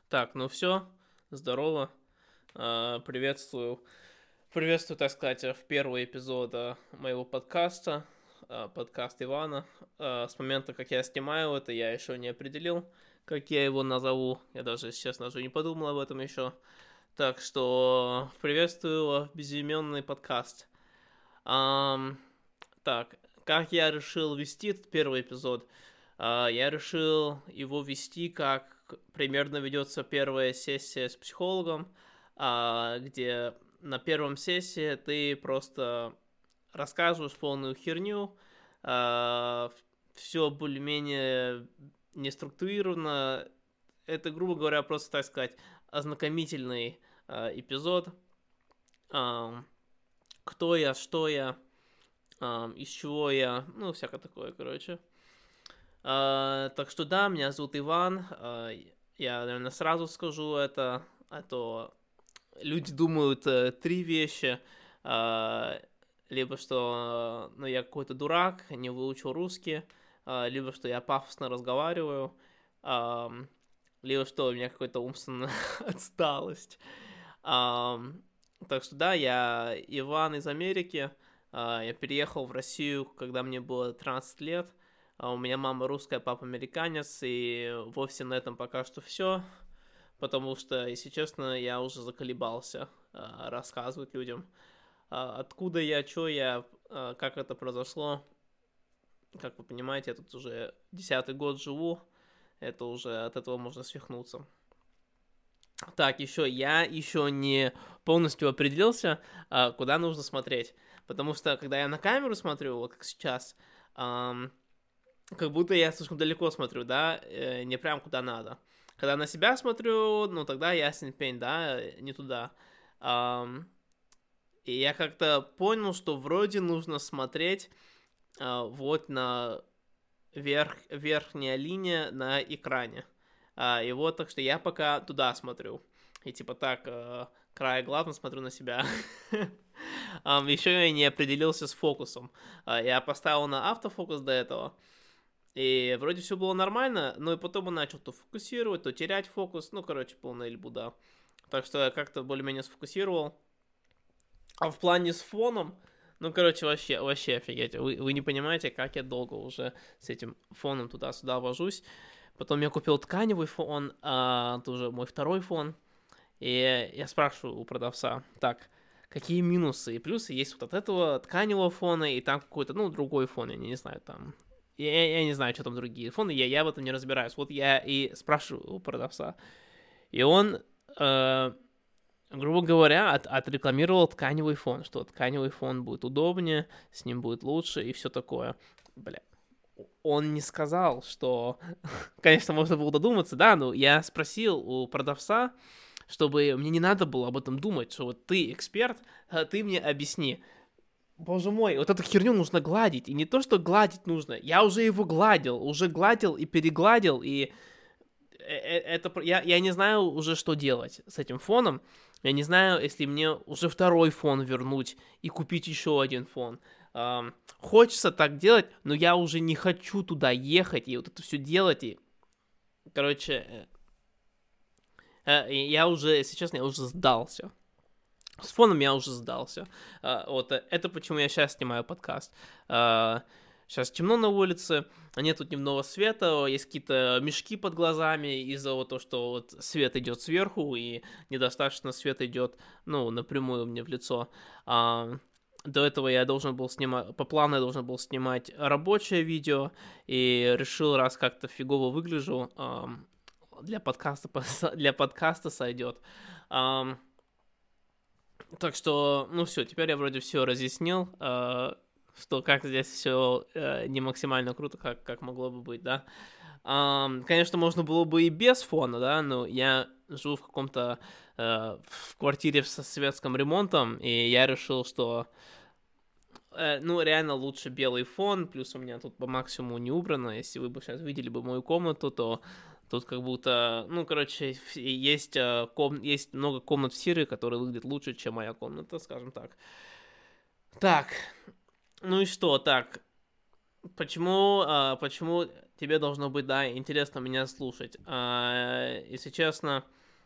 Так, ну все, здорово. Приветствую, так сказать, в первый эпизод моего подкаста, подкаст Ивана. С момента, как я снимаю это, я еще не определил, как я его назову. Я даже, если честно, даже не подумал об этом еще. Так что приветствую безыменный подкаст. Ам, так, как я решил вести этот первый эпизод? Я решил его вести, как примерно ведется первая сессия с психологом, где на первом сессии ты просто рассказываешь полную херню, все более-менее неструктурировано. Это, грубо говоря, просто, так сказать, ознакомительный эпизод. Кто я, что я, из чего я, ну, всякое такое, короче. Так что да, меня зовут Иван. Я, наверное, сразу скажу это, а то люди думают три вещи. Либо что ну, я какой-то дурак, не выучил русский, либо что я пафосно разговариваю, либо что у меня какая-то умственная отсталость. Так что да, я Иван из Америки. Я переехал в Россию, когда мне было 13 лет. У меня мама русская, папа американец, и вовсе на этом пока что все, потому что, если честно, я уже заколебался рассказывать людям, откуда я, что я, как это произошло. Как вы понимаете, я тут уже 10-й год живу, это уже от этого можно свихнуться. Так, я еще не полностью определился, куда нужно смотреть, потому что, когда я на камеру смотрю, вот как сейчас, как будто я слишком далеко смотрю, да, не прям куда надо. Когда на себя смотрю, ну тогда ясен пень, да, не туда. И я как-то понял, что вроде нужно смотреть вот на верхняя линия на экране. И вот так что я пока туда смотрю. И типа так, край главно смотрю на себя. Еще я не определился с фокусом. Я поставил на автофокус до этого. И вроде все было нормально, но и потом он начал то фокусировать, то терять фокус. Ну, короче, полная льбуда. Так что я как-то более-менее сфокусировал. А в плане с фоном, ну, короче, вообще офигеть. Вы не понимаете, как я долго уже с этим фоном туда-сюда вожусь. Потом я купил тканевый фон, это уже мой второй фон. И я спрашиваю у продавца, так, какие минусы и плюсы есть вот от этого тканевого фона, и там какой-то, ну, другой фон, я не знаю, там... Я не знаю, что там другие фоны, я в этом не разбираюсь. Вот я и спрашиваю у продавца. И он, грубо говоря, отрекламировал тканевый фон, что тканевый фон будет удобнее, с ним будет лучше и все такое. Бля. Он не сказал, что... Конечно, можно было додуматься, да, но я спросил у продавца, чтобы мне не надо было об этом думать, что вот ты эксперт, ты мне объясни. Боже мой, вот эту херню нужно гладить. И не то, что гладить нужно. Я уже его уже гладил и перегладил, и я не знаю уже, что делать с этим фоном. Я не знаю, если мне уже второй фон вернуть и купить еще один фон. Хочется так делать, но я уже не хочу туда ехать и вот это все делать. И, короче, я уже, если честно, я уже сдался. С фоном я уже сдался. Вот это почему я сейчас снимаю подкаст. Сейчас темно на улице, нет тут дневного света, есть какие-то мешки под глазами из-за того, что вот свет идет сверху и недостаточно света идет, ну, напрямую мне в лицо. До этого я должен был снимать, по плану я должен был снимать рабочее видео, и решил, раз как-то фигово выгляжу, для подкаста сойдет. Так что, ну все, теперь я вроде все разъяснил, что как здесь все не максимально круто, как могло бы быть, да. Конечно, можно было бы и без фона, да, но я живу в каком-то в квартире со светским ремонтом, и я решил, что ну, реально лучше белый фон, плюс у меня тут по максимуму не убрано. Если вы бы сейчас видели бы мою комнату, то тут как будто, ну, короче, есть много комнат в Сирии, которые выглядят лучше, чем моя комната, скажем так. Так, ну и что, так, почему тебе должно быть, да, интересно меня слушать. Если честно,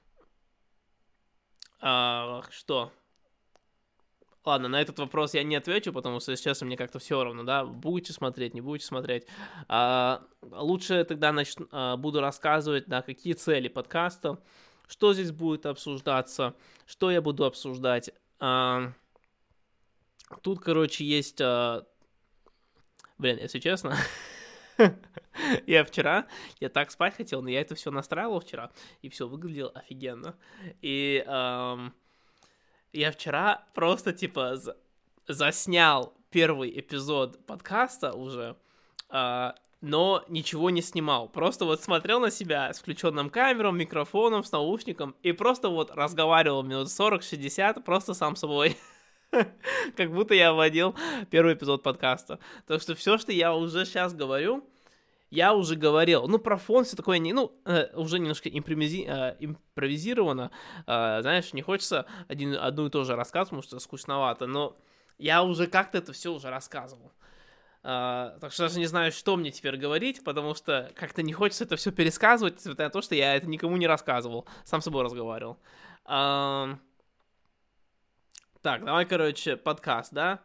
что? Ладно, на этот вопрос я не отвечу, потому что, если честно, мне как-то все равно, да, будете смотреть, не будете смотреть. Лучше тогда буду рассказывать, да, какие цели подкаста, что здесь будет обсуждаться, что я буду обсуждать. Тут, короче, есть... если честно, я так спать хотел, но я это все настраивал вчера, и все выглядело офигенно. И я вчера просто, типа, заснял первый эпизод подкаста уже, но ничего не снимал. Просто вот смотрел на себя с включенным камером, микрофоном, с наушником, и просто вот разговаривал минут 40-60 просто сам с собой. Как будто я вводил первый эпизод подкаста. Так что все, что я уже сейчас говорю, я уже говорил. Ну, про фон все такое, уже немножко импровизировано. Знаешь, не хочется одну и ту же рассказывать, потому что скучновато, но я уже как-то это все уже рассказывал. Так что даже не знаю, что мне теперь говорить, потому что как-то не хочется это все пересказывать, несмотря на то, что я это никому не рассказывал, сам с собой разговаривал. Так, давай, короче, подкаст, да?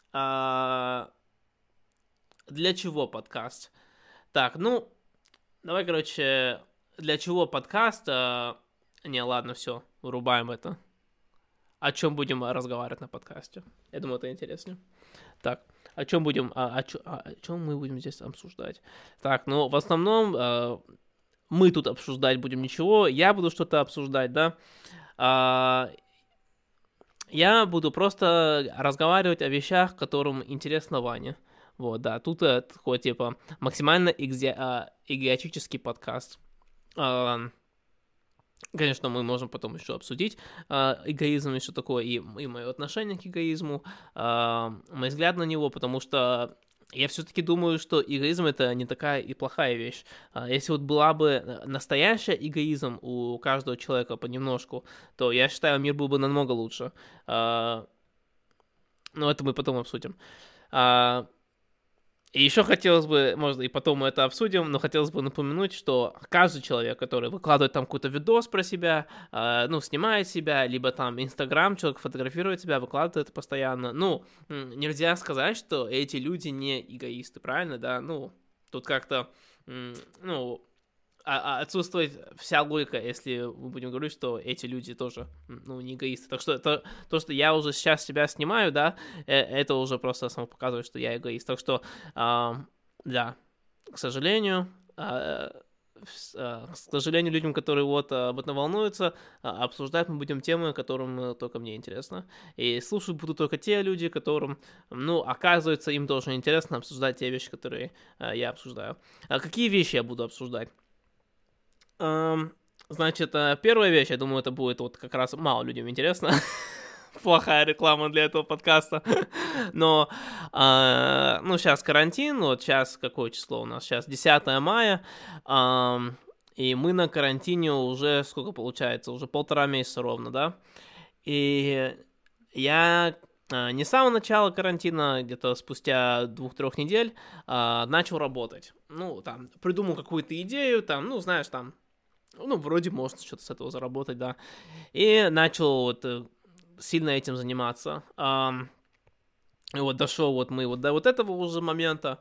Для чего подкаст? Так, ну, давай, короче, для чего подкаст? Не, ладно, все, вырубаем это. О чем будем разговаривать на подкасте? Я думаю, это интереснее. Так, о чем будем, о чем мы будем здесь обсуждать? Так, ну, в основном мы тут обсуждать будем ничего, я буду что-то обсуждать, да? Я буду просто разговаривать о вещах, которым интересно Ване. Вот, да, тут такой, типа, максимально эгоистический подкаст. Конечно, мы можем потом еще обсудить эгоизм и что такое, и мое отношение к эгоизму, мой взгляд на него, потому что я все-таки думаю, что эгоизм это не такая и плохая вещь. Если вот была бы настоящая эгоизм у каждого человека понемножку, то я считаю, мир был бы намного лучше. Но это мы потом обсудим. И еще хотелось бы, может, и потом мы это обсудим, но хотелось бы напомянуть, что каждый человек, который выкладывает там какой-то видос про себя, снимает себя, либо там Инстаграм, человек фотографирует себя, выкладывает это постоянно, нельзя сказать, что эти люди не эгоисты, правильно, да? Тут как-то, отсутствует вся логика, если мы будем говорить, что эти люди тоже, не эгоисты. Так что то, что я уже сейчас себя снимаю, да, это уже просто само показывает, что я эгоист. Так что, да, к сожалению, людям, которые вот об этом волнуются, обсуждать мы будем темы, которым только мне интересно. И слушать будут только те люди, которым, оказывается, им тоже интересно обсуждать те вещи, которые я обсуждаю. Какие вещи я буду обсуждать? Значит, первая вещь, я думаю, это будет вот как раз мало людям интересно. Плохая реклама для этого подкаста. Но, сейчас карантин, вот сейчас, какое число у нас? Сейчас 10 мая, и мы на карантине уже, сколько получается? Уже 1,5 месяца ровно, да? И я не с самого начала карантина, где-то спустя 2-3 недель, начал работать. Придумал какую-то идею, вроде можно что-то с этого заработать, да. И начал вот сильно этим заниматься. И вот дошел вот мы вот до вот этого уже момента.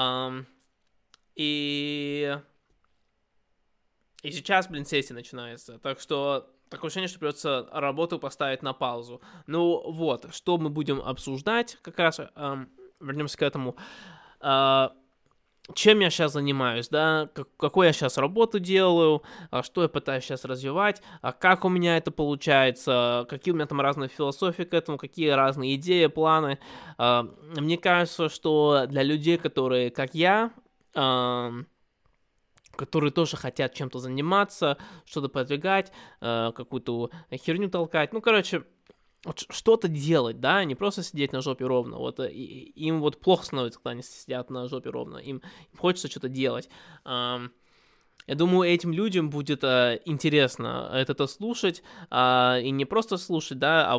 И сейчас, сессия начинается. Так что такое ощущение, что придется работу поставить на паузу. Что мы будем обсуждать, как раз вернемся к этому. Чем я сейчас занимаюсь, да, какую я сейчас работу делаю, что я пытаюсь сейчас развивать, как у меня это получается, какие у меня там разные философии к этому, какие разные идеи, планы. Мне кажется, что для людей, которые, как я, которые тоже хотят чем-то заниматься, что-то продвигать, какую-то херню толкать, что-то делать, да, не просто сидеть на жопе ровно, им вот плохо становится, когда они сидят на жопе ровно, им хочется что-то делать. Я думаю, этим людям будет интересно это слушать, и не просто слушать, да,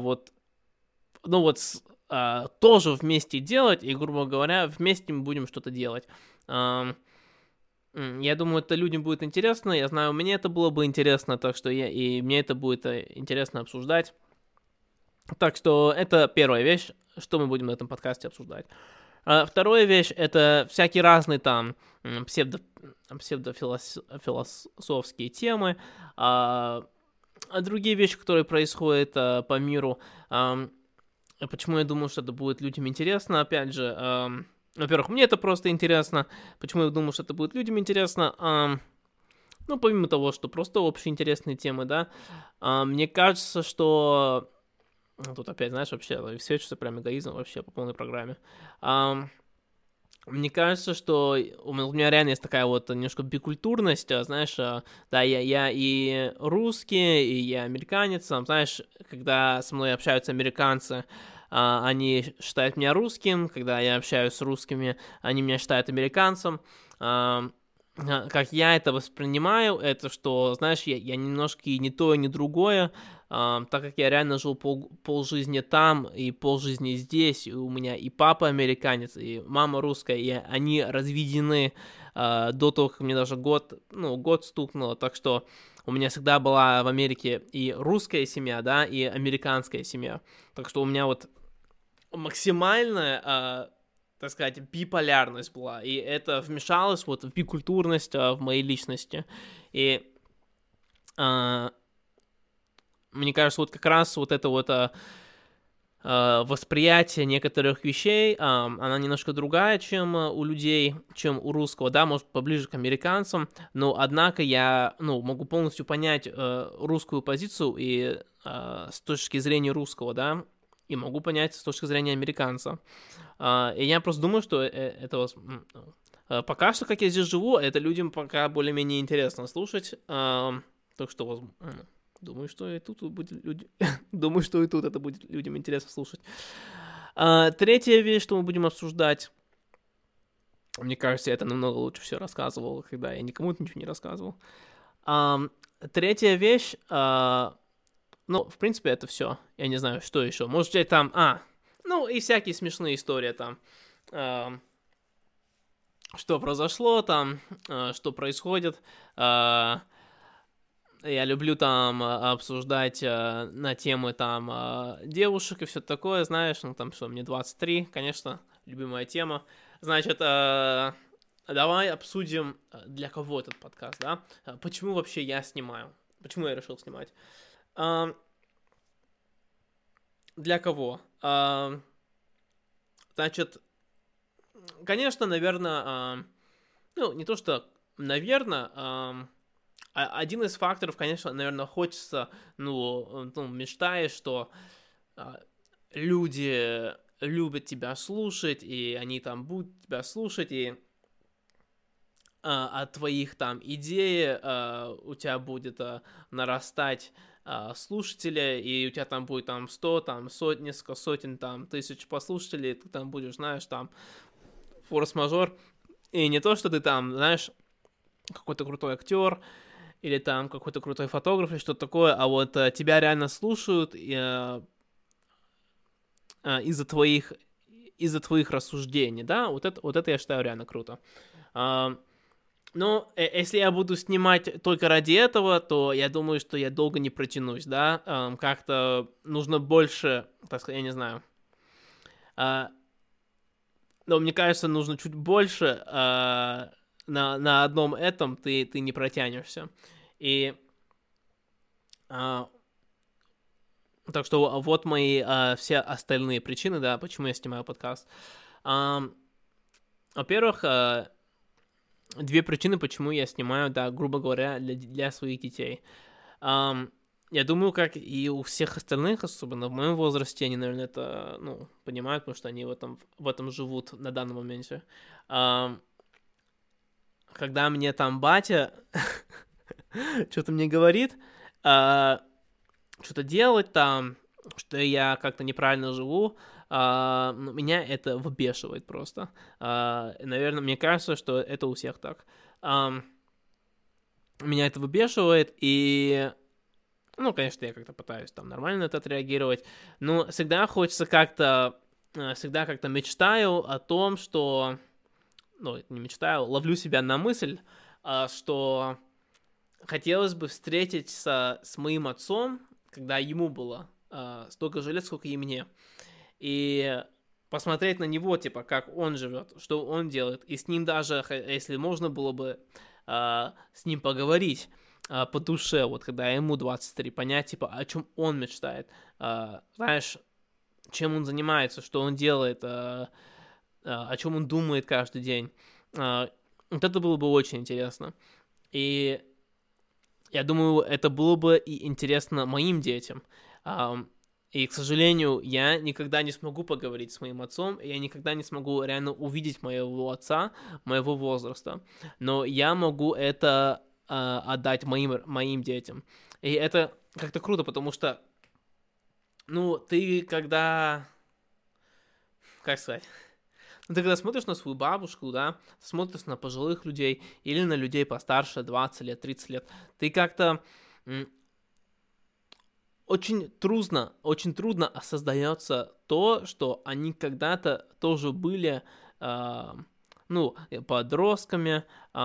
тоже вместе делать, и, грубо говоря, вместе мы будем что-то делать. Я думаю, это людям будет интересно. Я знаю, мне это было бы интересно, так что и мне это будет интересно обсуждать. Так что это первая вещь, что мы будем на этом подкасте обсуждать. Вторая вещь — это всякие разные там псевдофилософские темы, другие вещи, которые происходят по миру. Почему я думаю, что это будет людям интересно? Опять же, во-первых, мне это просто интересно. Почему я думаю, что это будет людям интересно? Ну, помимо того, что просто общеинтересные темы, да, мне кажется, что... Тут опять, знаешь, вообще, все это прям эгоизм вообще по полной программе. Мне кажется, что у меня реально есть такая вот немножко бикультурность, знаешь, да, я и русский, и я американец, знаешь, когда со мной общаются американцы, они считают меня русским, когда я общаюсь с русскими, они меня считают американцем. Как я это воспринимаю, это что, знаешь, я немножко и не то, и не другое, так как я реально жил полжизни там и полжизни здесь, и у меня и папа американец, и мама русская, и они разведены до того, как мне даже год стукнуло, так что у меня всегда была в Америке и русская семья, да, и американская семья, так что у меня вот максимальная... так сказать, биполярность была, и это вмешалось вот в бикультурность в моей личности, и мне кажется, вот как раз вот это вот восприятие некоторых вещей, она немножко другая, чем у людей, чем у русского, да, может, поближе к американцам, но, однако, я, могу полностью понять русскую позицию и с точки зрения русского, да, и могу понять с точки зрения американца. И я просто думаю, что это пока что, как я здесь живу, это людям пока более-менее интересно слушать. Так что, думаю, что и тут будет думаю, что и тут это будет людям интересно слушать. Третья вещь, что мы будем обсуждать. Мне кажется, я это намного лучше все рассказывал, когда я никому ничего не рассказывал. Третья вещь, в принципе, это все. Я не знаю, что еще. Может, взять там, и всякие смешные истории там. Что произошло там, что происходит. Я люблю там обсуждать на темы там девушек и все такое, знаешь, там что, мне 23, конечно, любимая тема. Значит, давай обсудим, для кого этот подкаст, да? Почему вообще я снимаю? Почему я решил снимать? Для кого? Значит, конечно, наверное, не то что, наверное, один из факторов, конечно, наверное, хочется, мечтаешь, что люди любят тебя слушать, и они там будут тебя слушать, и от твоих там идей у тебя будет нарастать слушателя, и у тебя там будет там 100, там несколько сотен, там тысяч послушателей, ты там будешь, знаешь, там форс-мажор, и не то, что ты там, знаешь, какой-то крутой актер, или там какой-то крутой фотограф, или что-то такое, а вот тебя реально слушают из-за твоих рассуждений, да, вот это я считаю реально круто. Но если я буду снимать только ради этого, то я думаю, что я долго не протянусь, да, как-то нужно больше, так сказать, я не знаю, но мне кажется, нужно чуть больше, на одном этом ты не протянешься. И так что вот мои все остальные причины, да, почему я снимаю подкаст. Во-первых, две причины, почему я снимаю, да, грубо говоря, для своих детей. Я думаю, как и у всех остальных, особенно в моем возрасте, они, наверное, это, понимают, потому что они в этом живут на данном моменте. Когда мне там батя что-то мне говорит, что-то делать там, что я как-то неправильно живу, меня это выбешивает просто. Наверное, мне кажется, что это у всех так. Меня это выбешивает, и... конечно, я как-то пытаюсь там нормально на это отреагировать, но всегда хочется как-то... Всегда как-то мечтаю о том, что... не мечтаю, ловлю себя на мысль, что хотелось бы встретиться с моим отцом, когда ему было столько же лет, сколько и мне. И посмотреть на него, типа, как он живет, что он делает. И с ним даже, если можно было бы с ним поговорить по душе, вот когда ему 23, понять, типа, о чем он мечтает. Знаешь, чем он занимается, что он делает, о чем он думает каждый день. Вот это было бы очень интересно. И я думаю, это было бы и интересно моим детям. И, к сожалению, я никогда не смогу поговорить с моим отцом, и я никогда не смогу реально увидеть моего отца, моего возраста. Но я могу это отдать моим детям. И это как-то круто, потому что, ты когда... Как сказать? Ты когда смотришь на свою бабушку, да, смотришь на пожилых людей или на людей постарше, 20 лет, 30 лет, ты как-то... Очень трудно осознается то, что они когда-то тоже были, подростками,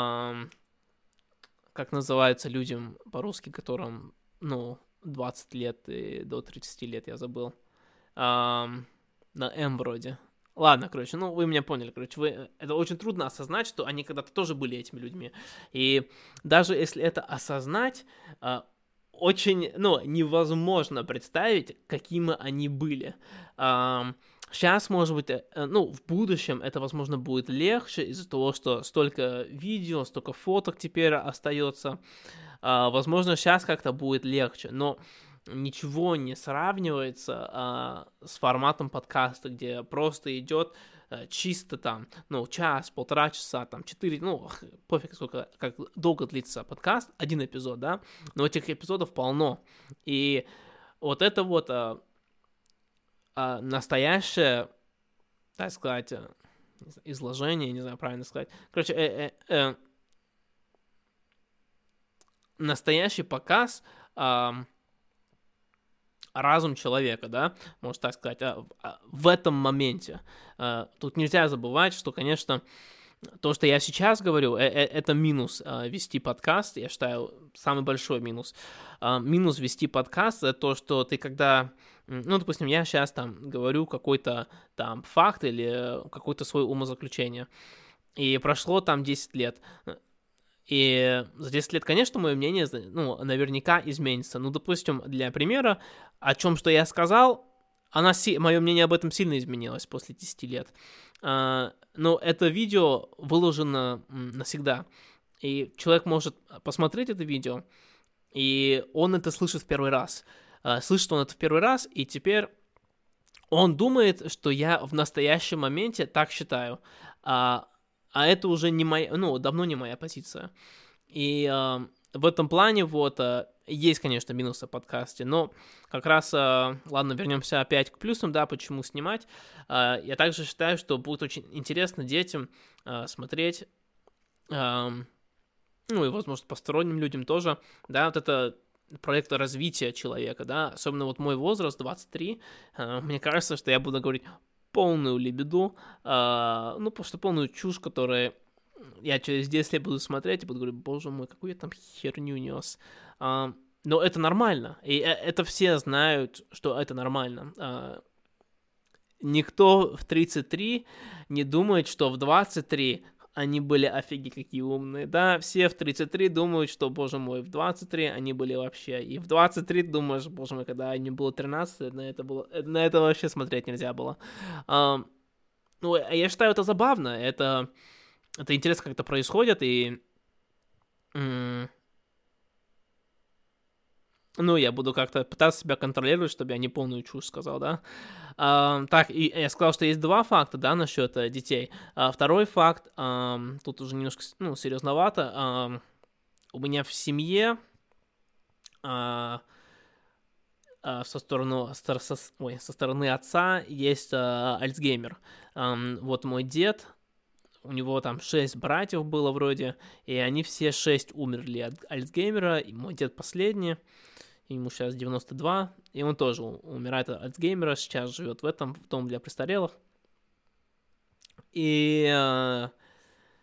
как называется людям по-русски, которым, 20 лет и до 30 лет, я забыл. На М вроде. Ладно, короче, вы меня поняли, это очень трудно осознать, что они когда-то тоже были этими людьми. И даже если это осознать, очень, невозможно представить, какими они были. Сейчас, может быть, в будущем это, возможно, будет легче из-за того, что столько видео, столько фоток теперь остается. Возможно, сейчас как-то будет легче, но ничего не сравнивается с форматом подкаста, где просто идет чисто там, час, полтора часа, там, 4, пофиг, как долго длится подкаст, один эпизод, да, но этих эпизодов полно, и вот это вот настоящее, так сказать, изложение, не знаю, правильно сказать, короче, настоящий показ разум человека, да, можно так сказать, в этом моменте. Тут нельзя забывать, что, конечно, то, что я сейчас говорю, это минус вести подкаст, я считаю, самый большой минус. Минус вести подкаст — это то, что ты когда, допустим, я сейчас там говорю какой-то там факт или какое-то свое умозаключение, и прошло там 10 лет, и за 10 лет, конечно, мое мнение, наверняка изменится. Допустим, для примера, о чем что я сказал, мое мнение об этом сильно изменилось после 10 лет. Но это видео выложено навсегда. И человек может посмотреть это видео, и он это слышит в первый раз. Слышит он это в первый раз, и теперь он думает, что я в настоящем моменте так считаю. А это уже не моя, давно не моя позиция. И в этом плане есть, конечно, минусы в подкасте, но как раз, ладно, вернемся опять к плюсам, да, почему снимать. Я также считаю, что будет очень интересно детям смотреть, и, возможно, посторонним людям тоже, да, вот это проект развития человека, да, особенно мой возраст, 23, мне кажется, что я буду говорить полную лебеду, просто полную чушь, которую я через 10 лет буду смотреть и буду говорить, боже мой, какую я там херню нес. Но это нормально, и это все знают, что это нормально. Никто в 33 не думает, что в 23 они были офигеть какие умные, да, все в 33 думают, что, боже мой, в 23 они были вообще, и в 23 думаешь, боже мой, когда они было 13, на это вообще смотреть нельзя было. Я считаю, это забавно, это интересно, как это происходит, и я буду как-то пытаться себя контролировать, чтобы я не полную чушь сказал, да. Так, и я сказал, что есть два факта, да, насчет детей. Второй факт, тут уже немножко, серьезновато. У меня в семье со стороны отца есть Альцгеймер. Мой дед, у него там 6 братьев было вроде, и они все 6 умерли от Альцгеймера, и мой дед последний. Ему сейчас 92, и он тоже умирает от Альцгеймера, сейчас живет в доме для престарелых. И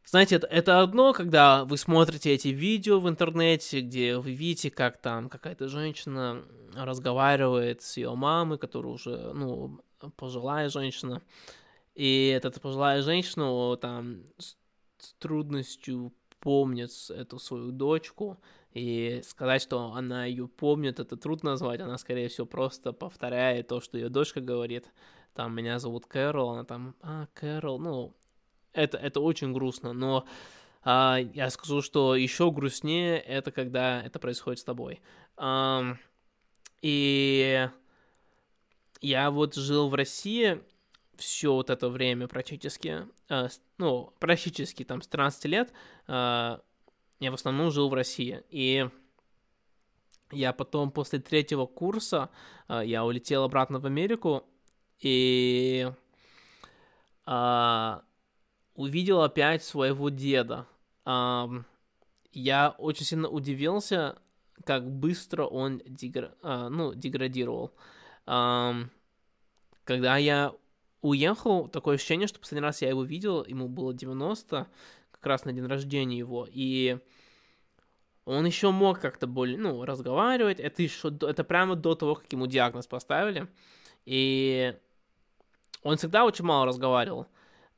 Знаете, это одно, когда вы смотрите эти видео в интернете, где вы видите, как там какая-то женщина разговаривает с ее мамой, которая уже, ну, пожилая женщина, и эта пожилая женщина там с трудностью помнит эту свою дочку, и сказать, что она ее помнит, это трудно назвать, она, скорее всего, просто повторяет то, что ее дочка говорит. Там, меня зовут Кэрол, она там, Кэрол, ну, это очень грустно, но я скажу, что еще грустнее это, когда это происходит с тобой. И я вот жил в России все вот это время практически, ну, практически там с 13 лет, я в основном жил в России. И я потом после третьего курса я улетел обратно в Америку и увидел опять своего деда. Я очень сильно удивился, как быстро он деградировал. Когда я уехал, такое ощущение, что последний раз я его видел, ему было 90, как раз на день рождения его, и он еще мог как-то более, ну, разговаривать, это прямо до того, как ему диагноз поставили, и он всегда очень мало разговаривал.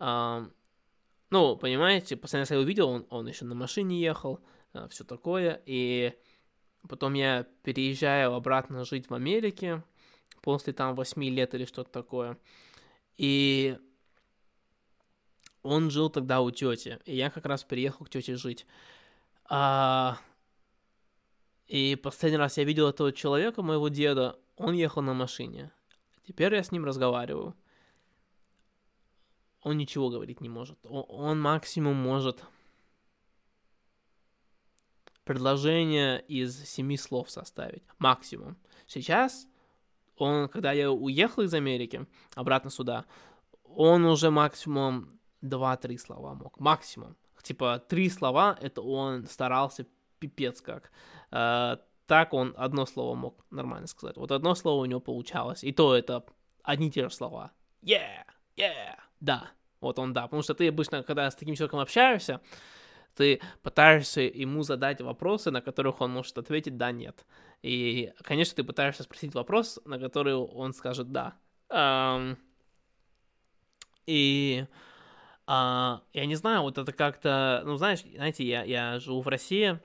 Ну, понимаете, последний раз я его видел, он еще на машине ехал, все такое, и потом я переезжаю обратно жить в Америке после там 8 лет или что-то такое, и он жил тогда у тети, и я как раз переехал к тете жить. И последний раз я видел этого человека, моего деда, он ехал на машине. Теперь я с ним разговариваю. Он ничего говорить не может. Он максимум может предложение из 7 слов составить. Максимум. Сейчас, когда я уехал из Америки обратно сюда, он уже максимум 2-3 слова мог. Максимум. Типа 3 слова, это он старался пипец как. Так он одно слово мог нормально сказать. Вот одно слово у него получалось. И то это одни и те же слова. Yeah, да. Вот он да. Потому что ты обычно, когда с таким человеком общаешься, ты пытаешься ему задать вопросы, на которых он может ответить да, нет. И, конечно, ты пытаешься спросить вопрос, на который он скажет да. Я не знаю, вот это как-то... Ну, знаете, я живу в России,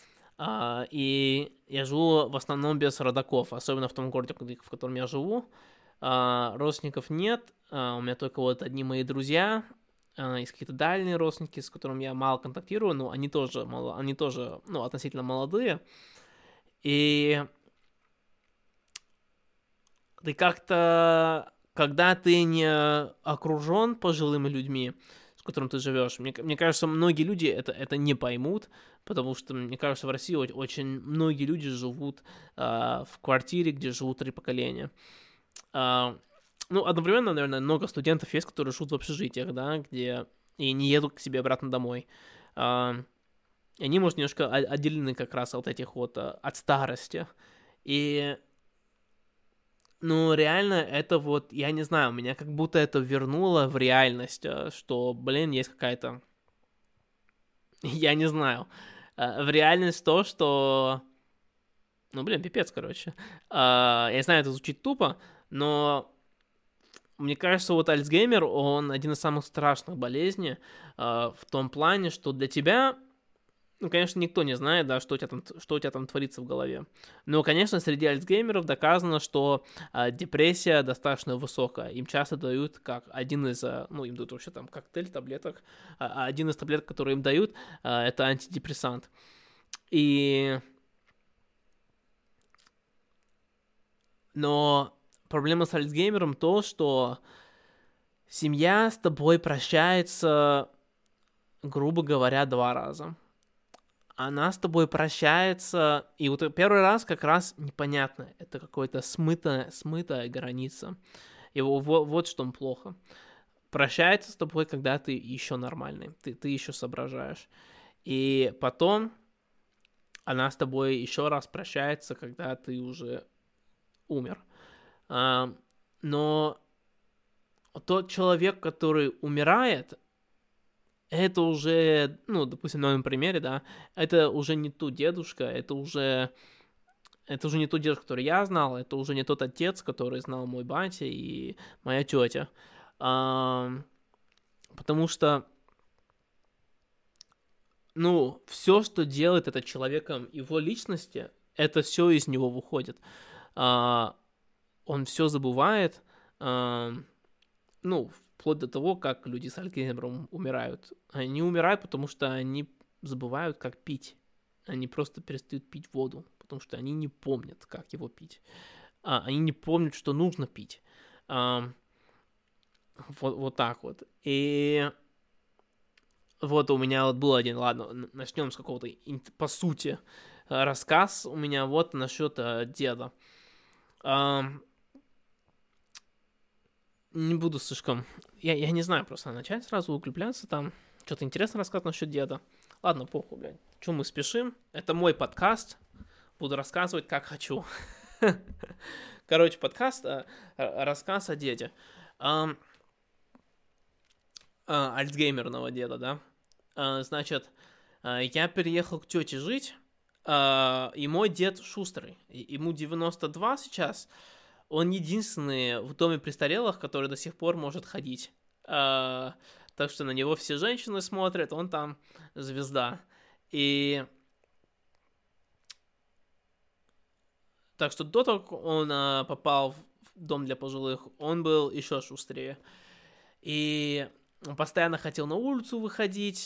и я живу в основном без родаков, особенно в том городе, в котором я живу. Родственников нет, у меня только вот одни мои друзья, есть какие-то дальние родственники, с которыми я мало контактирую, но они тоже, ну, относительно молодые. И ты как-то, когда ты не окружен пожилыми людьми, с которым ты живешь, мне кажется, многие люди это не поймут, потому что, мне кажется, в России очень многие люди живут в квартире, где живут 3 поколения. Ну, одновременно, наверное, много студентов есть, которые живут в общежитиях, да, где и не едут к себе обратно домой. И они, может, немножко отделены как раз от этих вот, от старости. И, ну, реально, это вот, я не знаю, меня как будто это вернуло в реальность, что, блин, есть какая-то, я не знаю, в реальность то, что, ну, блин, пипец, короче. Я знаю, это звучит тупо, но мне кажется, вот Альцгеймер, он один из самых страшных болезней в том плане, что для тебя, ну, конечно, никто не знает, да, что у тебя там творится в голове. Но, конечно, среди альцгеймеров доказано, что депрессия достаточно высокая. Им часто дают как один из, ну, им дают вообще там коктейль таблеток. Один из таблеток, которые им дают, это антидепрессант. Но проблема с Альцгеймером то, что семья с тобой прощается, грубо говоря, 2 раза. Она с тобой прощается, и вот первый раз как раз непонятно, это какая-то смытая граница. И вот что плохо. Прощается с тобой, когда ты еще нормальный, ты еще соображаешь. И потом она с тобой еще раз прощается, когда ты уже умер. Но тот человек, который умирает, это уже, ну, допустим, на моем примере, да, это уже не тот дедушка, это уже не тот дедушка, который я знал, это уже не тот отец, который знал мой батя и моя тетя. Потому что, ну, все, что делает этот человеком его личности, это все из него выходит. Он все забывает, ну, вплоть до того, как люди с Альцгеймером умирают. Они умирают, потому что они забывают, как пить. Они просто перестают пить воду, потому что они не помнят, как его пить. Они не помнят, что нужно пить. Вот так вот. И вот у меня вот был один, ладно, начнем с какого-то, по сути, рассказ у меня вот насчет деда. Не буду слишком... Я не знаю, просто начать сразу укрепляться там. Что-то интересное рассказать насчет деда. Ладно, похуй, блядь. Чего мы спешим? Это мой подкаст. Буду рассказывать, как хочу. Короче, подкаст, рассказ о деде. Альцгеймерного деда, да? Значит, я переехал к тете жить, и мой дед шустрый. Ему 92 сейчас. Он единственный в доме престарелых, который до сих пор может ходить. Так что на него все женщины смотрят, он там звезда. И так что до того, как он попал в дом для пожилых, он был еще шустрее. И он постоянно хотел на улицу выходить.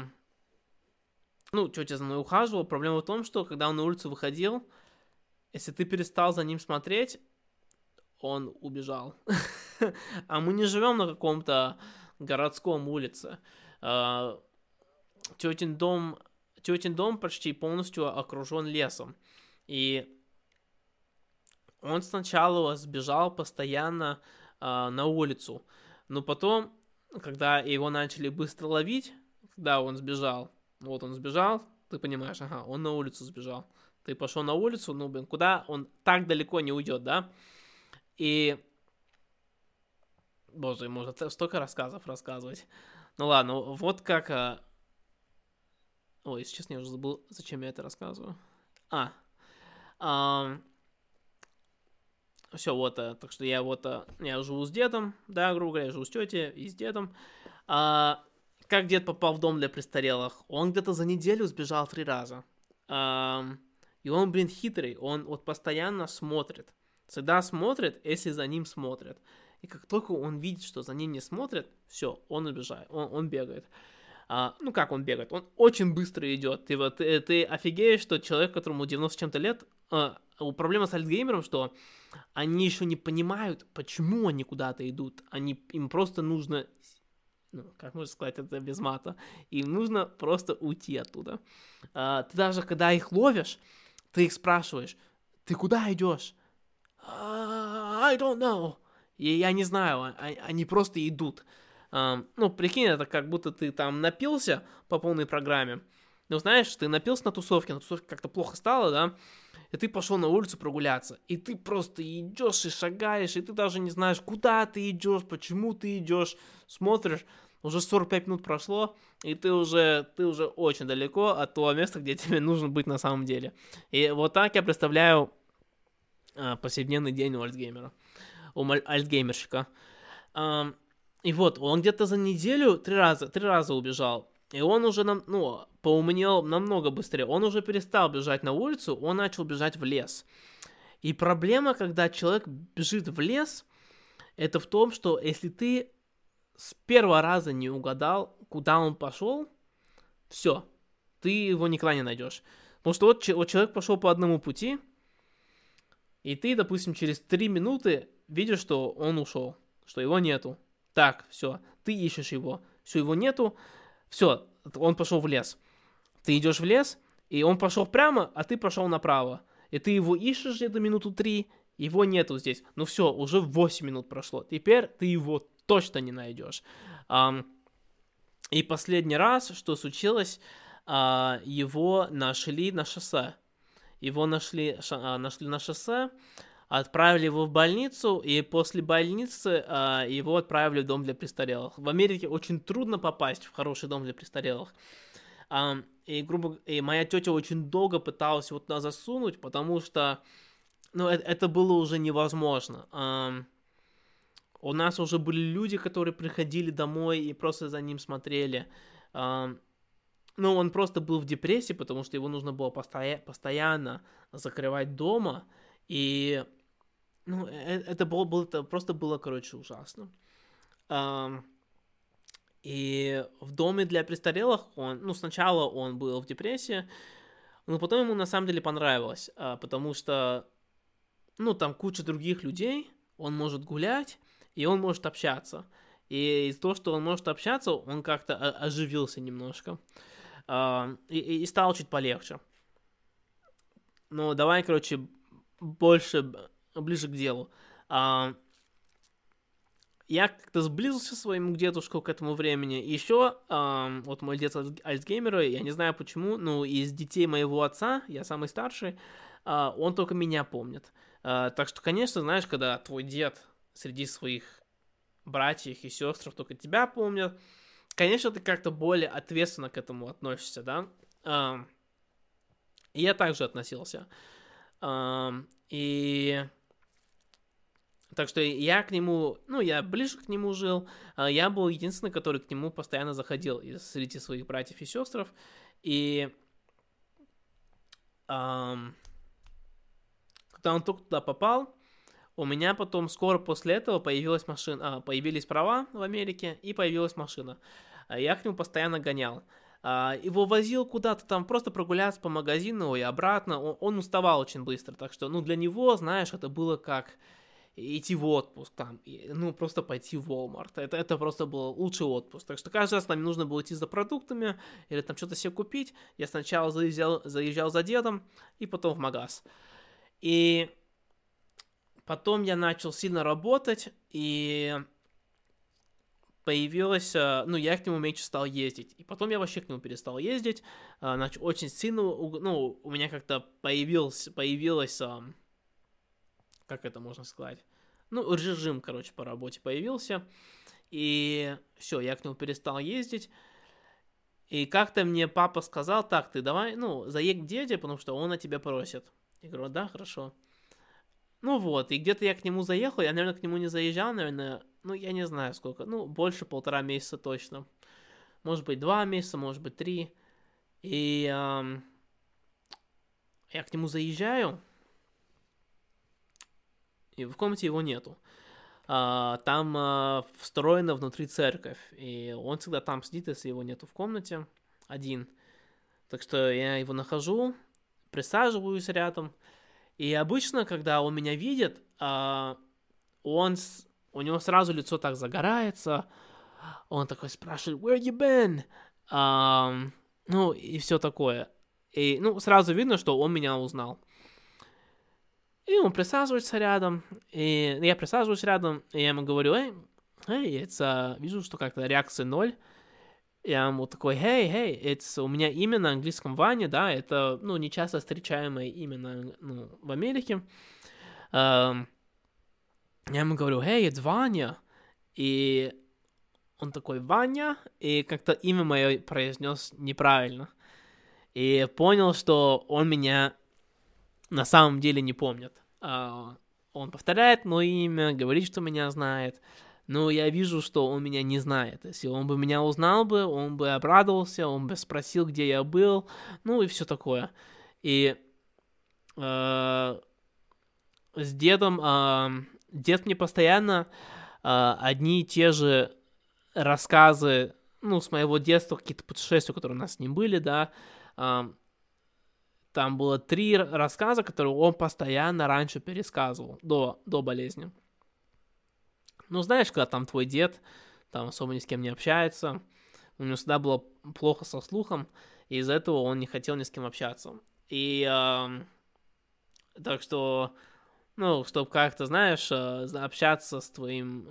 Ну, тетя за мной ухаживала. Проблема в том, что когда он на улицу выходил, если ты перестал за ним смотреть, он убежал. А мы не живем на каком-то городском улице. Тетин дом почти полностью окружен лесом. И он сначала сбежал постоянно на улицу. Но потом, когда его начали быстро ловить, когда он сбежал, вот он сбежал, ты понимаешь, ага, он на улицу сбежал. Ты пошел на улицу, ну, блин, куда он так далеко не уйдет, да? И... Боже, можно столько рассказов рассказывать. Ну ладно, вот как... Ой, если честно, я уже забыл, зачем я это рассказываю. Все, вот, так что я живу с дедом, да, грубо говоря, я живу с тетей и с дедом. Как дед попал в дом для престарелых? Он где-то за неделю сбежал 3 раза. И он, блин, хитрый, он вот постоянно смотрит. Всегда смотрит, если за ним смотрят. И как только он видит, что за ним не смотрят, все, он убежает, он бегает. Ну, как он бегает? Он очень быстро идет. Ты офигеешь, что человек, которому 90 с чем-то лет, проблема с Альцгеймером, что они еще не понимают, почему они куда-то идут. Им просто нужно, ну, как можно сказать это без мата, им нужно просто уйти оттуда. Ты даже когда их ловишь, ты их спрашиваешь, ты куда идешь? I don't know. Я не знаю, они просто идут. Ну, прикинь, это как будто ты там напился по полной программе. Ну, знаешь, ты напился на тусовке как-то плохо стало, да? И ты пошел на улицу прогуляться. И ты просто идешь и шагаешь, и ты даже не знаешь, куда ты идешь, почему ты идешь. Смотришь, уже 45 минут прошло, и ты уже очень далеко от того места, где тебе нужно быть на самом деле. И вот так я представляю повседневный день у Альцгеймера. У альцгеймерщика. И вот, он где-то за неделю 3 раза убежал. И он уже поумнел намного быстрее. Он уже перестал бежать на улицу, он начал бежать в лес. И проблема, когда человек бежит в лес, это в том, что если ты с первого раза не угадал, куда он пошел, все, ты его никогда не найдешь. Потому что вот человек пошел по одному пути, и ты, допустим, через 3 минуты видишь, что он ушел, что его нету. Так, все, ты ищешь его, все, его нету, все, он пошел в лес. Ты идешь в лес, и он пошел прямо, а ты пошел направо. И ты его ищешь где-то минуту 3, его нету здесь. Ну все, уже 8 минут прошло. Теперь ты его точно не найдешь. И последний раз, что случилось, его нашли на шоссе. Его нашли на шоссе. отправили его в больницу, и после больницы его отправили в дом для престарелых. В Америке очень трудно попасть в хороший дом для престарелых. И моя тетя очень долго пыталась его туда засунуть, потому что, ну, это было уже невозможно. У нас уже были люди, которые приходили домой и просто за ним смотрели. Ну, он просто был в депрессии, потому что его нужно было постоянно закрывать дома. И, ну, это просто было, короче, ужасно. И в доме для престарелых сначала он был в депрессии, но потом ему на самом деле понравилось, потому что, ну, там куча других людей, он может гулять, и он может общаться. И из-за того, что он может общаться, он как-то оживился немножко. И стало чуть полегче. Ну, давай, короче, ближе к делу. Я как-то сблизился с своим дедушкой к этому времени. И еще, вот мой дед Альцгеймера, я не знаю почему, но из детей моего отца, я самый старший, он только меня помнит. Так что, конечно, знаешь, когда твой дед среди своих братьев и сестр только тебя помнят, конечно, ты как-то более ответственно к этому относишься, да? И я также относился. И... Так что я к нему, ну, я ближе к нему жил, я был единственный, который к нему постоянно заходил среди своих братьев и сестр. И когда он только туда попал, у меня потом скоро после этого появились права в Америке, и появилась машина. Я к нему постоянно гонял. Его возил куда-то там просто прогуляться по магазину и обратно. Он уставал очень быстро, так что, ну, для него, знаешь, это было как идти в отпуск там, ну, просто пойти в Walmart. Это просто был лучший отпуск. Так что каждый раз нам нужно было идти за продуктами или там что-то себе купить. Я сначала заезжал за дедом и потом в магаз. И потом я начал сильно работать, и появилось, ну, я к нему меньше стал ездить. И потом я вообще к нему перестал ездить. Значит, очень сильно, ну, у меня как-то появилось, как это можно сказать? Ну, режим, короче, по работе появился. И все, я к нему перестал ездить. И как-то мне папа сказал: так, ты давай, ну, заедь к деде, потому что он о тебе просит. Я говорю: да, хорошо. Ну вот, и где-то я к нему заехал, я, наверное, к нему не заезжал, наверное, ну, я не знаю сколько, ну, больше 1,5 месяца точно. Может быть, 2 месяца, может быть, 3. И я к нему заезжаю, и в комнате его нету. Там встроена внутри церковь, и он всегда там сидит, если его нету в комнате, один. Так что я его нахожу, присаживаюсь рядом, и обычно, когда он меня видит, у него сразу лицо так загорается, он такой спрашивает: where you been? Ну, и все такое. И, ну, сразу видно, что он меня узнал. И он присаживается рядом, и я присаживаюсь рядом, и я ему говорю: вижу, что как-то реакция 0. Я ему такой: у меня имя на английском Ваня, да, это, ну, не часто встречаемое имя в Америке. Я ему говорю: это Ваня. И он такой: Ваня, и как-то имя мое произнес неправильно. И понял, что он меня на самом деле не помнит. Он повторяет мое имя, говорит, что меня знает, но я вижу, что он меня не знает. Если он бы меня узнал бы, он бы обрадовался, он бы спросил, где я был, ну и все такое. И с дедом, дед мне постоянно одни и те же рассказы, ну, с моего детства, какие-то путешествия, которые у нас с ним были, да. Там было 3 рассказа, которые он постоянно раньше пересказывал, до болезни. Ну, знаешь, когда там твой дед, там особо ни с кем не общается, у него всегда было плохо со слухом, и из-за этого он не хотел ни с кем общаться. И так что, ну, чтобы как-то, знаешь, общаться с твоим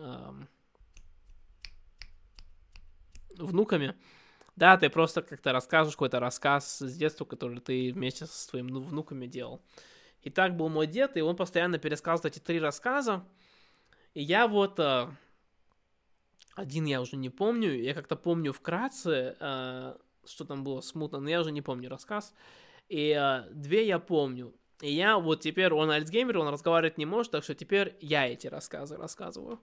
внуками, да, ты просто как-то расскажешь какой-то рассказ с детства, который ты вместе со своими внуками делал. И так был мой дед, и он постоянно пересказывал эти 3 рассказа. И я вот... один я уже не помню, я как-то помню вкратце, что там было смутно, но я уже не помню рассказ. И 2 я помню. И я вот теперь, он альцгеймер, он разговаривать не может, так что теперь я эти рассказы рассказываю.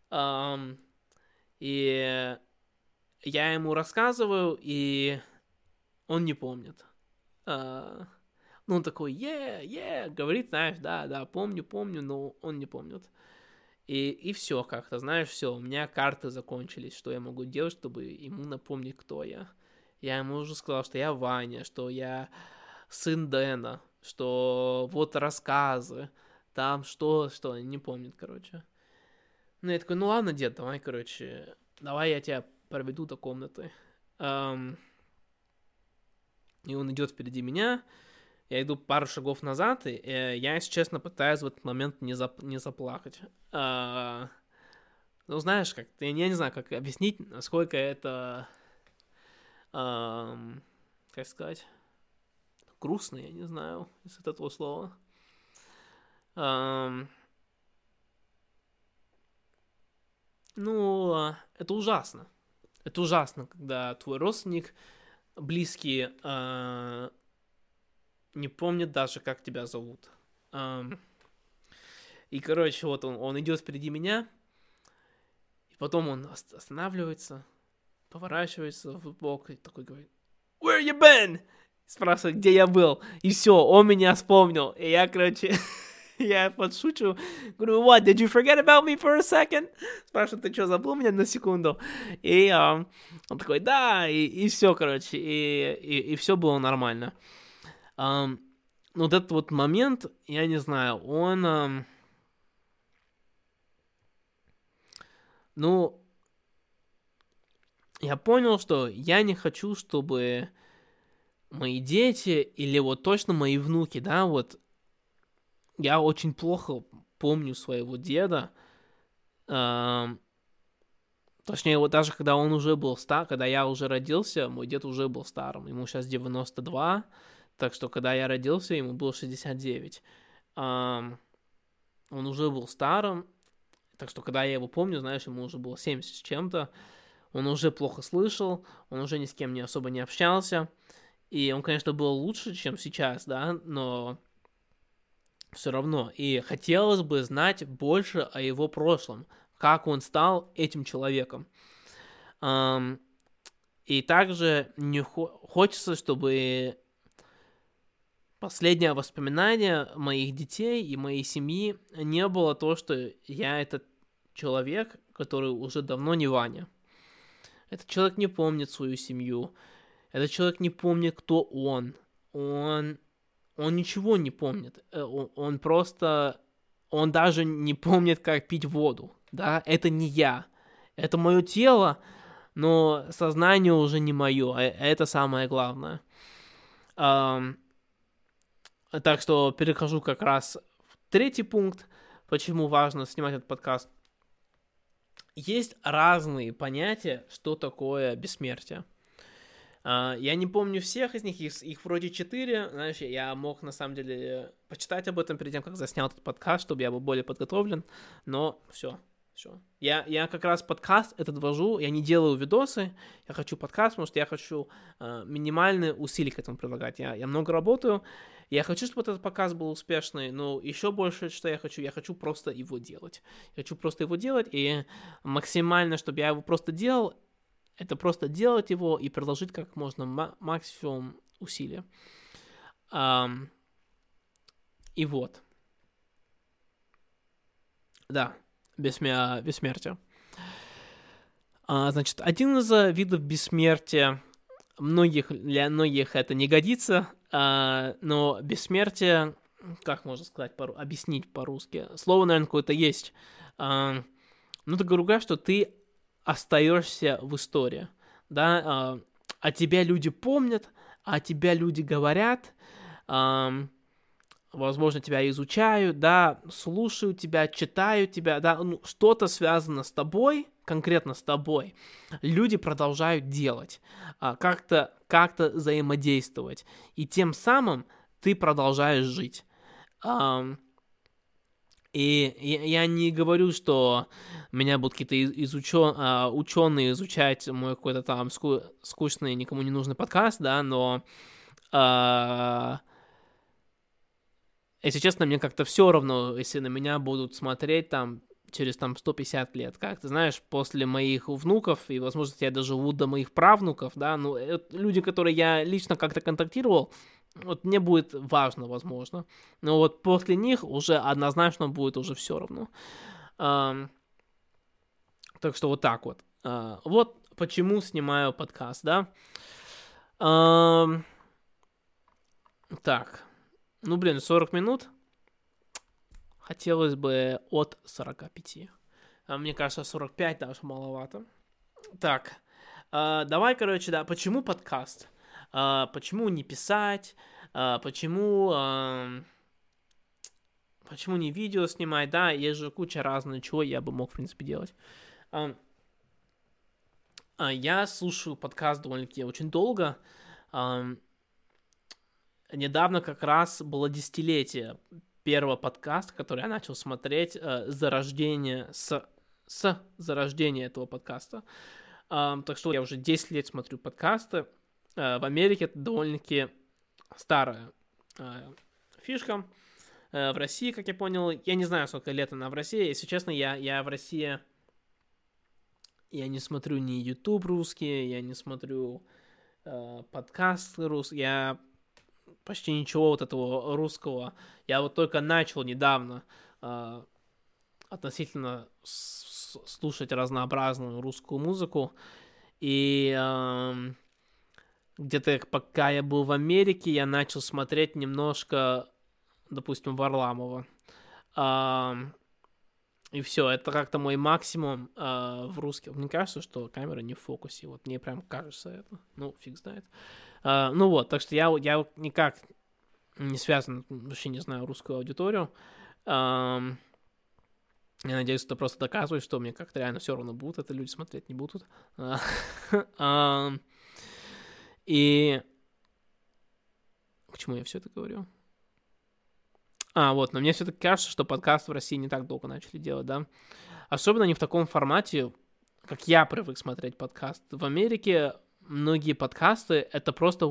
И я ему рассказываю, и он не помнит. Ну, он такой, говорит, знаешь, да, помню, но он не помнит. И все как-то, знаешь, все, у меня карты закончились, что я могу делать, чтобы ему напомнить, кто я. Я ему уже сказал, что я Ваня, что я сын Дэна, что вот рассказы, там что, не помнит, короче. Ну, я такой, ну ладно, дед, давай, короче, давай я тебя проведу до комнаты. И он идет впереди меня, я иду пару шагов назад, и я, если честно, пытаюсь в этот момент не заплакать. Ну, знаешь, как, я не знаю, как объяснить, насколько это, как сказать, грустно, я не знаю, из этого слова. Ну, это ужасно. Это ужасно, когда твой родственник, близкий, не помнит даже, как тебя зовут. И, короче, вот он идет впереди меня, и потом он останавливается, поворачивается в бок и такой говорит, "Where you been?" Спрашивает, где я был. И все, он меня вспомнил. И я, короче, я подшучу. Говорю, what, did you forget about me for a second? Спрашивает, ты что, забыл меня на секунду? И он такой, да, и все, короче, и все было нормально. Вот этот вот момент, я не знаю, он... ну, я понял, что я не хочу, чтобы мои дети или вот точно мои внуки, да, вот я очень плохо помню своего деда, точнее, вот даже когда он уже был стар, когда я уже родился, мой дед уже был старым, ему сейчас 92, так что когда я родился, ему было 69. Он уже был старым, так что когда я его помню, знаешь, ему уже было 70 с чем-то, он уже плохо слышал, он уже ни с кем не особо не общался, и он, конечно, был лучше, чем сейчас, да, но все равно. И хотелось бы знать больше о его прошлом, как он стал этим человеком. И также не хочется, чтобы последнее воспоминание моих детей и моей семьи не было то, что я этот человек, который уже давно не Ваня. Этот человек не помнит свою семью. Этот человек не помнит, кто он. Он ничего не помнит. Он просто... Он даже не помнит, как пить воду. Да? Это не я. Это мое тело, но сознание уже не мое. Это самое главное. Так что перехожу как раз в 3-й пункт, почему важно снимать этот подкаст. Есть разные понятия, что такое бессмертие. Я не помню всех из них, их вроде 4, знаешь, я мог на самом деле почитать об этом перед тем, как заснял этот подкаст, чтобы я был более подготовлен, но все. Я как раз подкаст этот вожу, я не делаю видосы, я хочу подкаст, потому что я хочу минимальные усилия к этому прилагать. Я много работаю, я хочу, чтобы этот подкаст был успешный, но еще больше, что я хочу просто его делать. Я хочу просто его делать, и максимально, чтобы я его просто делал, это просто делать его и приложить как можно максимум усилия. И вот. Да. Бессмертие. Значит, один из видов бессмертия, для многих это не годится, но бессмертие, как можно сказать, объяснить по-русски, слово, наверное, какое-то есть. Ну, ты говоришь, что ты остаешься в истории, да, о тебя люди помнят, о тебя люди говорят, возможно, тебя изучают, да, слушают тебя, читают тебя, да, ну, что-то связано с тобой, конкретно с тобой, люди продолжают делать, как-то взаимодействовать, и тем самым ты продолжаешь жить. Ам, И я не говорю, что меня будут какие-то ученые изучать мой какой-то там скучный, никому не нужный подкаст, да, но, если честно, мне как-то все равно, если на меня будут смотреть там через там 150 лет. Как ты знаешь, после моих внуков, и, возможно, я доживу до моих правнуков, да, ну, это люди, которые я лично как-то контактировал, вот мне будет важно, возможно. Но вот после них уже однозначно будет уже все равно. Ам, Так что вот так вот. Вот почему снимаю подкаст, да. Ам, Так, ну, блин, 40 минут. Хотелось бы от 45. Мне кажется, 45 даже маловато. Так, давай, короче, да, почему подкаст? Почему не писать? Почему не видео снимать? Да, есть же куча разного, чего я бы мог, в принципе, делать. Я слушаю подкаст довольно-таки очень долго. Недавно как раз было десятилетие первого подкаста, который я начал смотреть с зарождения этого подкаста. Так что я уже 10 лет смотрю подкасты. В Америке это довольно-таки старая фишка. В России, как я понял, я не знаю, сколько лет она в России. Если честно, я в России... Я не смотрю ни YouTube русские, я не смотрю подкасты русские, я почти ничего вот этого русского. Я вот только начал недавно относительно слушать разнообразную русскую музыку. И где-то пока я был в Америке, я начал смотреть немножко, допустим, Варламова. И все, это как-то мой максимум в русских. Мне кажется, что камера не в фокусе. Вот мне прям кажется это. Ну, фиг знает. Ну вот, так что я никак не связан, вообще не знаю русскую аудиторию. Я надеюсь, это просто доказывает, что мне как-то реально все равно будут это люди смотреть, не будут. И к чему я все это говорю? Вот, но мне все-таки кажется, что подкасты в России не так долго начали делать, да. Особенно не в таком формате, как я привык смотреть подкаст. В Америке многие подкасты это просто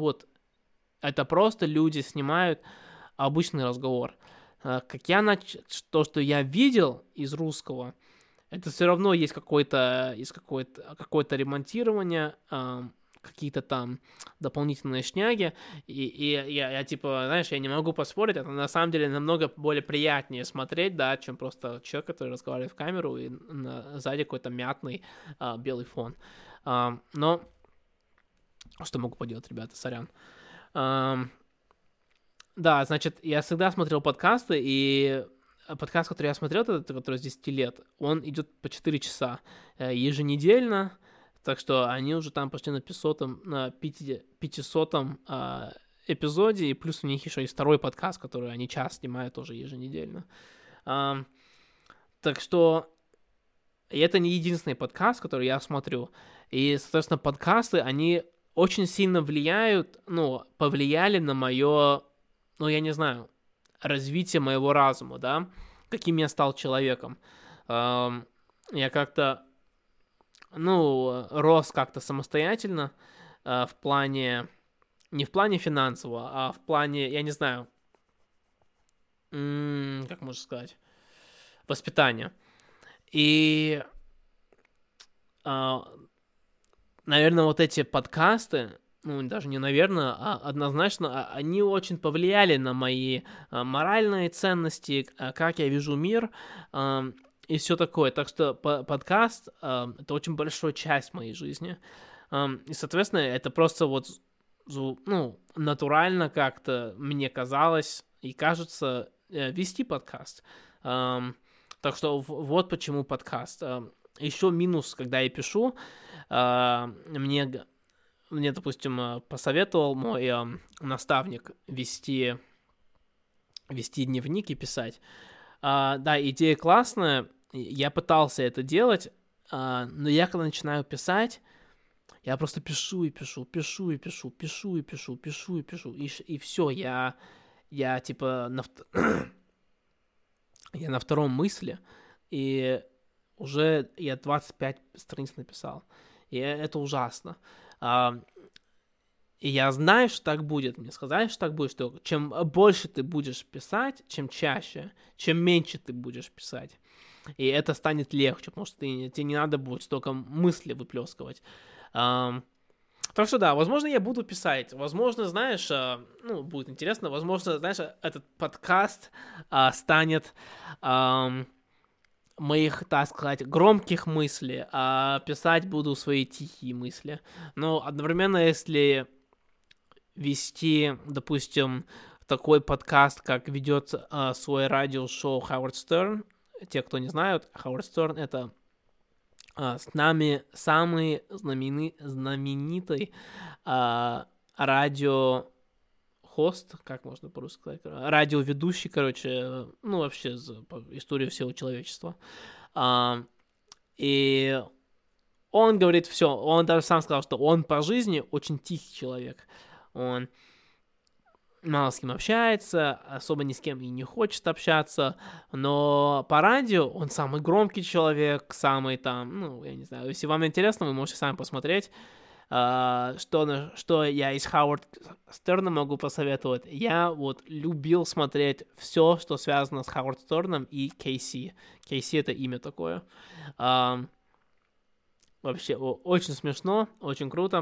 люди снимают обычный разговор. То, что я видел из русского, это все равно есть какое-то ремонтирование, какие-то там дополнительные шняги, и я типа, знаешь, я не могу поспорить, это на самом деле намного более приятнее смотреть, да, чем просто человек, который разговаривает в камеру, и сзади какой-то мятный белый фон. Но что могу поделать, ребята, сорян. Да, значит, я всегда смотрел подкасты, и подкаст, который я смотрел, который с 10 лет, он идет по 4 часа еженедельно. Так что они уже там почти на 500-м эпизоде, и плюс у них еще есть второй подкаст, который они час снимают тоже еженедельно. Так что это не единственный подкаст, который я смотрю. И, соответственно, подкасты, они очень сильно повлияли на мое, я не знаю, развитие моего разума, да, каким я стал человеком. Я как-то рос как-то самостоятельно в плане, не в плане финансового, а в плане, я не знаю, как можно сказать, воспитания. И, наверное, вот эти подкасты, даже не наверное, а однозначно, они очень повлияли на мои моральные ценности, как я вижу мир, и все такое. Так что подкаст это очень большая часть моей жизни. И, соответственно, это просто натурально как-то мне казалось и кажется вести подкаст. Так что вот почему подкаст. Еще минус, когда я пишу, мне, допустим, посоветовал мой наставник вести дневник и писать. Да, идея классная, я пытался это делать, но я когда начинаю писать, я просто пишу, и все, я типа я на втором мысле, и уже я 25 страниц написал. И это ужасно. И я знаю, что так будет. Мне сказали, что так будет, что чем больше ты будешь писать, чем чаще, чем меньше ты будешь писать. И это станет легче, потому что тебе не надо будет столько мыслей выплескивать. Так что да, возможно, я буду писать. Возможно, знаешь, будет интересно. Возможно, знаешь, этот подкаст станет моих, так сказать, громких мыслей, а писать буду свои тихие мысли. Но одновременно, если вести, допустим, такой подкаст, как ведет свое радиошоу Хауард Стерн. Те, кто не знают, Хауард Стерн — это с нами самый знаменитый радиохост, как можно по-русски сказать, радиоведущий, короче, вообще по истории всего человечества. И он говорит все, он даже сам сказал, что он по жизни очень тихий человек. Он мало с кем общается, особо ни с кем и не хочет общаться, но по радио он самый громкий человек, самый там, я не знаю, если вам интересно, вы можете сами посмотреть, что я из Хауард Стерна могу посоветовать. Я вот любил смотреть все, что связано с Хауард Стерном и Кейси. Кейси — это имя такое. Вообще, очень смешно, очень круто.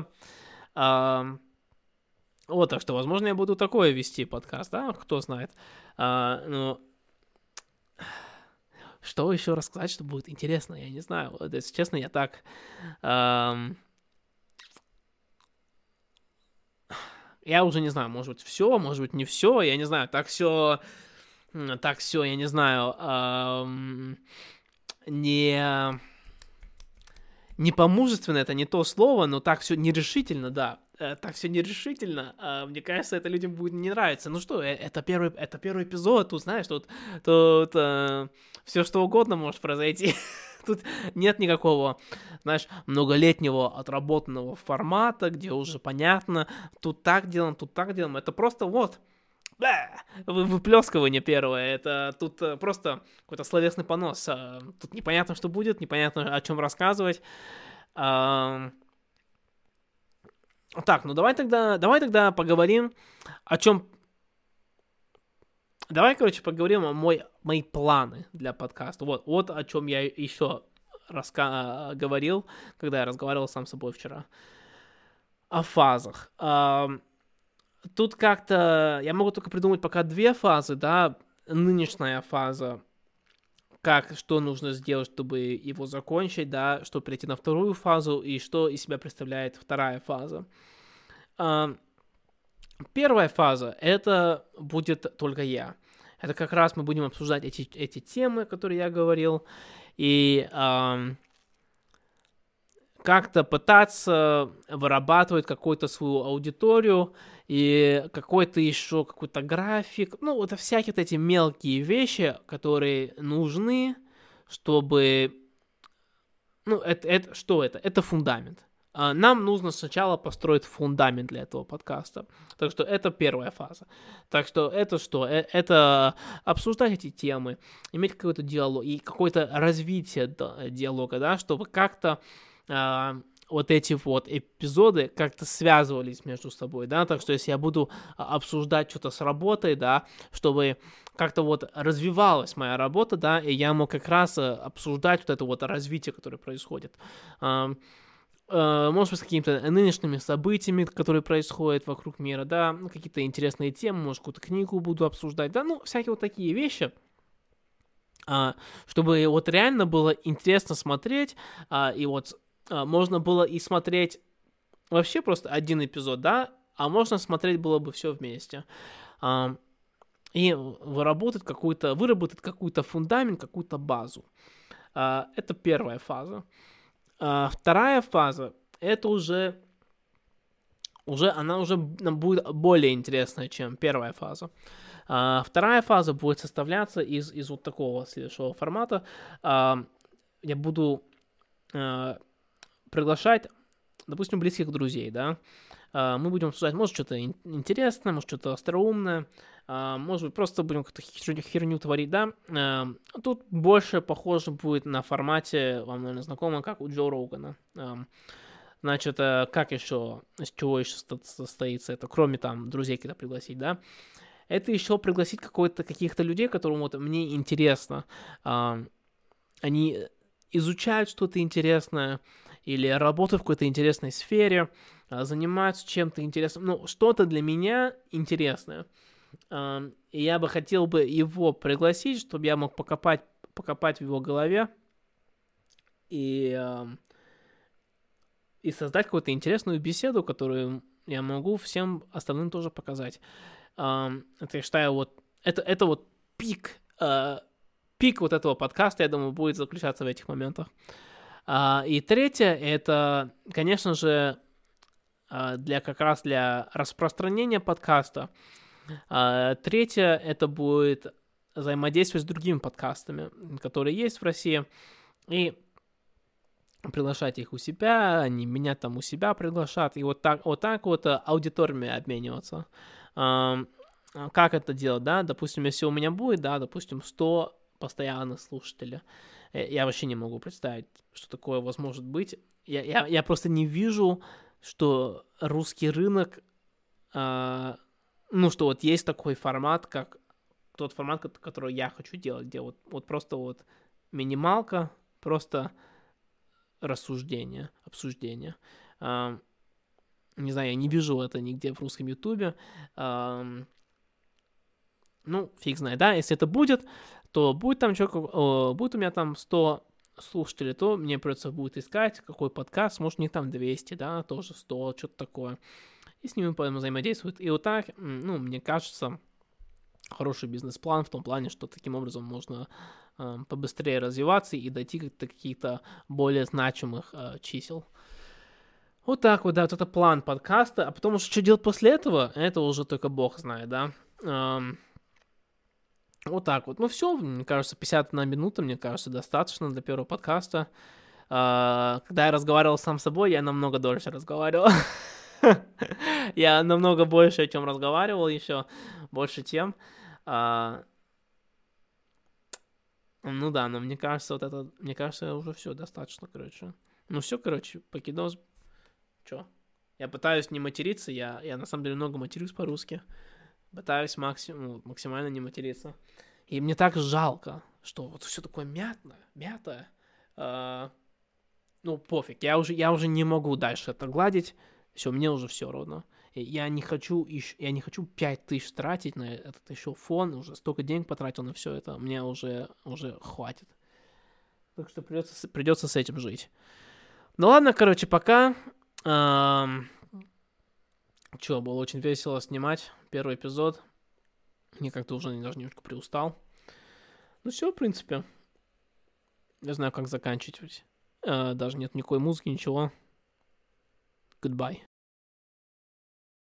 Вот, так что, возможно, я буду такое вести подкаст, да, кто знает. Что еще рассказать, что будет интересно, я не знаю. Вот, если честно, я так... Я уже не знаю, может быть, все, может быть, не все, я не знаю, так все, я не знаю, не по-мужественно, это не то слово, но так все нерешительно, да. Так все нерешительно, мне кажется, это людям будет не нравиться. Ну что, это первый эпизод, тут, знаешь, тут все что угодно может произойти. Тут нет никакого, знаешь, многолетнего отработанного формата, где уже понятно, тут так делаем. Это просто вот выплескивание первое. Это тут просто какой-то словесный понос. Тут непонятно, что будет, непонятно, о чем рассказывать. Так, давай тогда поговорим о чем. Давай, поговорим о мои планы для подкаста. Вот о чем я еще говорил, когда я разговаривал сам с собой вчера. О фазах. Тут как-то я могу только придумать пока 2 фазы, да. Нынешняя фаза, что нужно сделать, чтобы его закончить, да, чтобы перейти на вторую фазу, и что из себя представляет вторая фаза. Первая фаза — это будет только я. Это как раз мы будем обсуждать эти темы, которые я говорил, и как-то пытаться вырабатывать какую-то свою аудиторию и какой-то график. Это всякие эти мелкие вещи, которые нужны, чтобы... что это? Это фундамент. Нам нужно сначала построить фундамент для этого подкаста. Так что это первая фаза. Так что это что? Это обсуждать эти темы, иметь какой-то диалог и какое-то развитие диалога, да, чтобы как-то вот эти вот эпизоды как-то связывались между собой, да, так что если я буду обсуждать что-то с работой, да, чтобы как-то вот развивалась моя работа, да, и я мог как раз обсуждать вот это вот развитие, которое происходит. Может быть, с какими-то нынешними событиями, которые происходят вокруг мира, да, какие-то интересные темы, может, какую-то книгу буду обсуждать, да, всякие вот такие вещи, чтобы вот реально было интересно смотреть, и вот можно было и смотреть вообще просто один эпизод, да, а можно смотреть было бы все вместе. И выработать какой-то фундамент, какую-то базу. Это первая фаза. Вторая фаза, это уже она уже будет более интересная, чем первая фаза. Вторая фаза будет составляться из вот такого следующего формата. Я буду приглашать, допустим, близких друзей, да. Мы будем обсуждать, может, что-то интересное, может, что-то остроумное. Может быть, просто будем какую-то херню творить, да. Тут больше похоже будет на формате, вам, наверное, знакомо, как у Джо Рогана. Значит, как еще, из чего еще состоится это, кроме там друзей когда пригласить, да? Это еще пригласить каких-то людей, которым вот мне интересно. Они изучают что-то интересное или работают в какой-то интересной сфере, занимаются чем-то интересным, ну, что-то для меня интересное. И я бы хотел бы его пригласить, чтобы я мог покопать в его голове и создать какую-то интересную беседу, которую я могу всем остальным тоже показать. Это, я считаю, вот это вот пик вот этого подкаста, я думаю, будет заключаться в этих моментах. И третье, это, конечно же, как раз для распространения подкаста. Третье, это будет взаимодействие с другими подкастами, которые есть в России, и приглашать их у себя, они меня там у себя приглашат, и вот так вот аудиториями обмениваться. Как это делать, да? Допустим, если у меня будет, да, допустим, 100 постоянных слушателей, я вообще не могу представить, что такое возможно быть. Я просто не вижу, что русский рынок, ну, что вот есть такой формат, как тот формат, который я хочу делать, где вот просто вот минималка, просто рассуждение, обсуждение. Не знаю, я не вижу это нигде в русском ютубе. Ну, фиг знает, да, если это будет, то будет там будет у меня там 100 слушателей, то мне придется будет искать какой подкаст, может, не там 200, да, тоже 100, что-то такое. И с ними поэтому взаимодействуют. И вот так, ну, мне кажется, хороший бизнес-план в том плане, что таким образом можно побыстрее развиваться и дойти до каких-то более значимых чисел. Вот так вот, да, вот это план подкаста. А потом уж что делать после этого, это уже только Бог знает, да. Вот так вот. Ну все, мне кажется, 51 минута, мне кажется, достаточно для первого подкаста. Когда я разговаривал сам с собой, я намного дольше разговаривал. Я намного больше о чем разговаривал еще, больше тем. Ну да, но мне кажется, уже все достаточно, короче. Ну все, короче, покидос. Чё? Я пытаюсь не материться, я на самом деле много матерюсь по-русски. Пытаюсь максимально не материться. И мне так жалко, что вот все такое мятое. Ну, пофиг, я уже не могу дальше это гладить. Все, мне уже все равно. Я не хочу 5000 тратить на этот еще фон, уже столько денег потратил на все это, мне уже хватит. Так что придется с этим жить. Ну ладно, короче, пока. Было очень весело снимать первый эпизод. Я как-то уже даже немножко приустал. Ну все, в принципе. Не знаю, как заканчивать. Даже нет никакой музыки, ничего. Goodbye.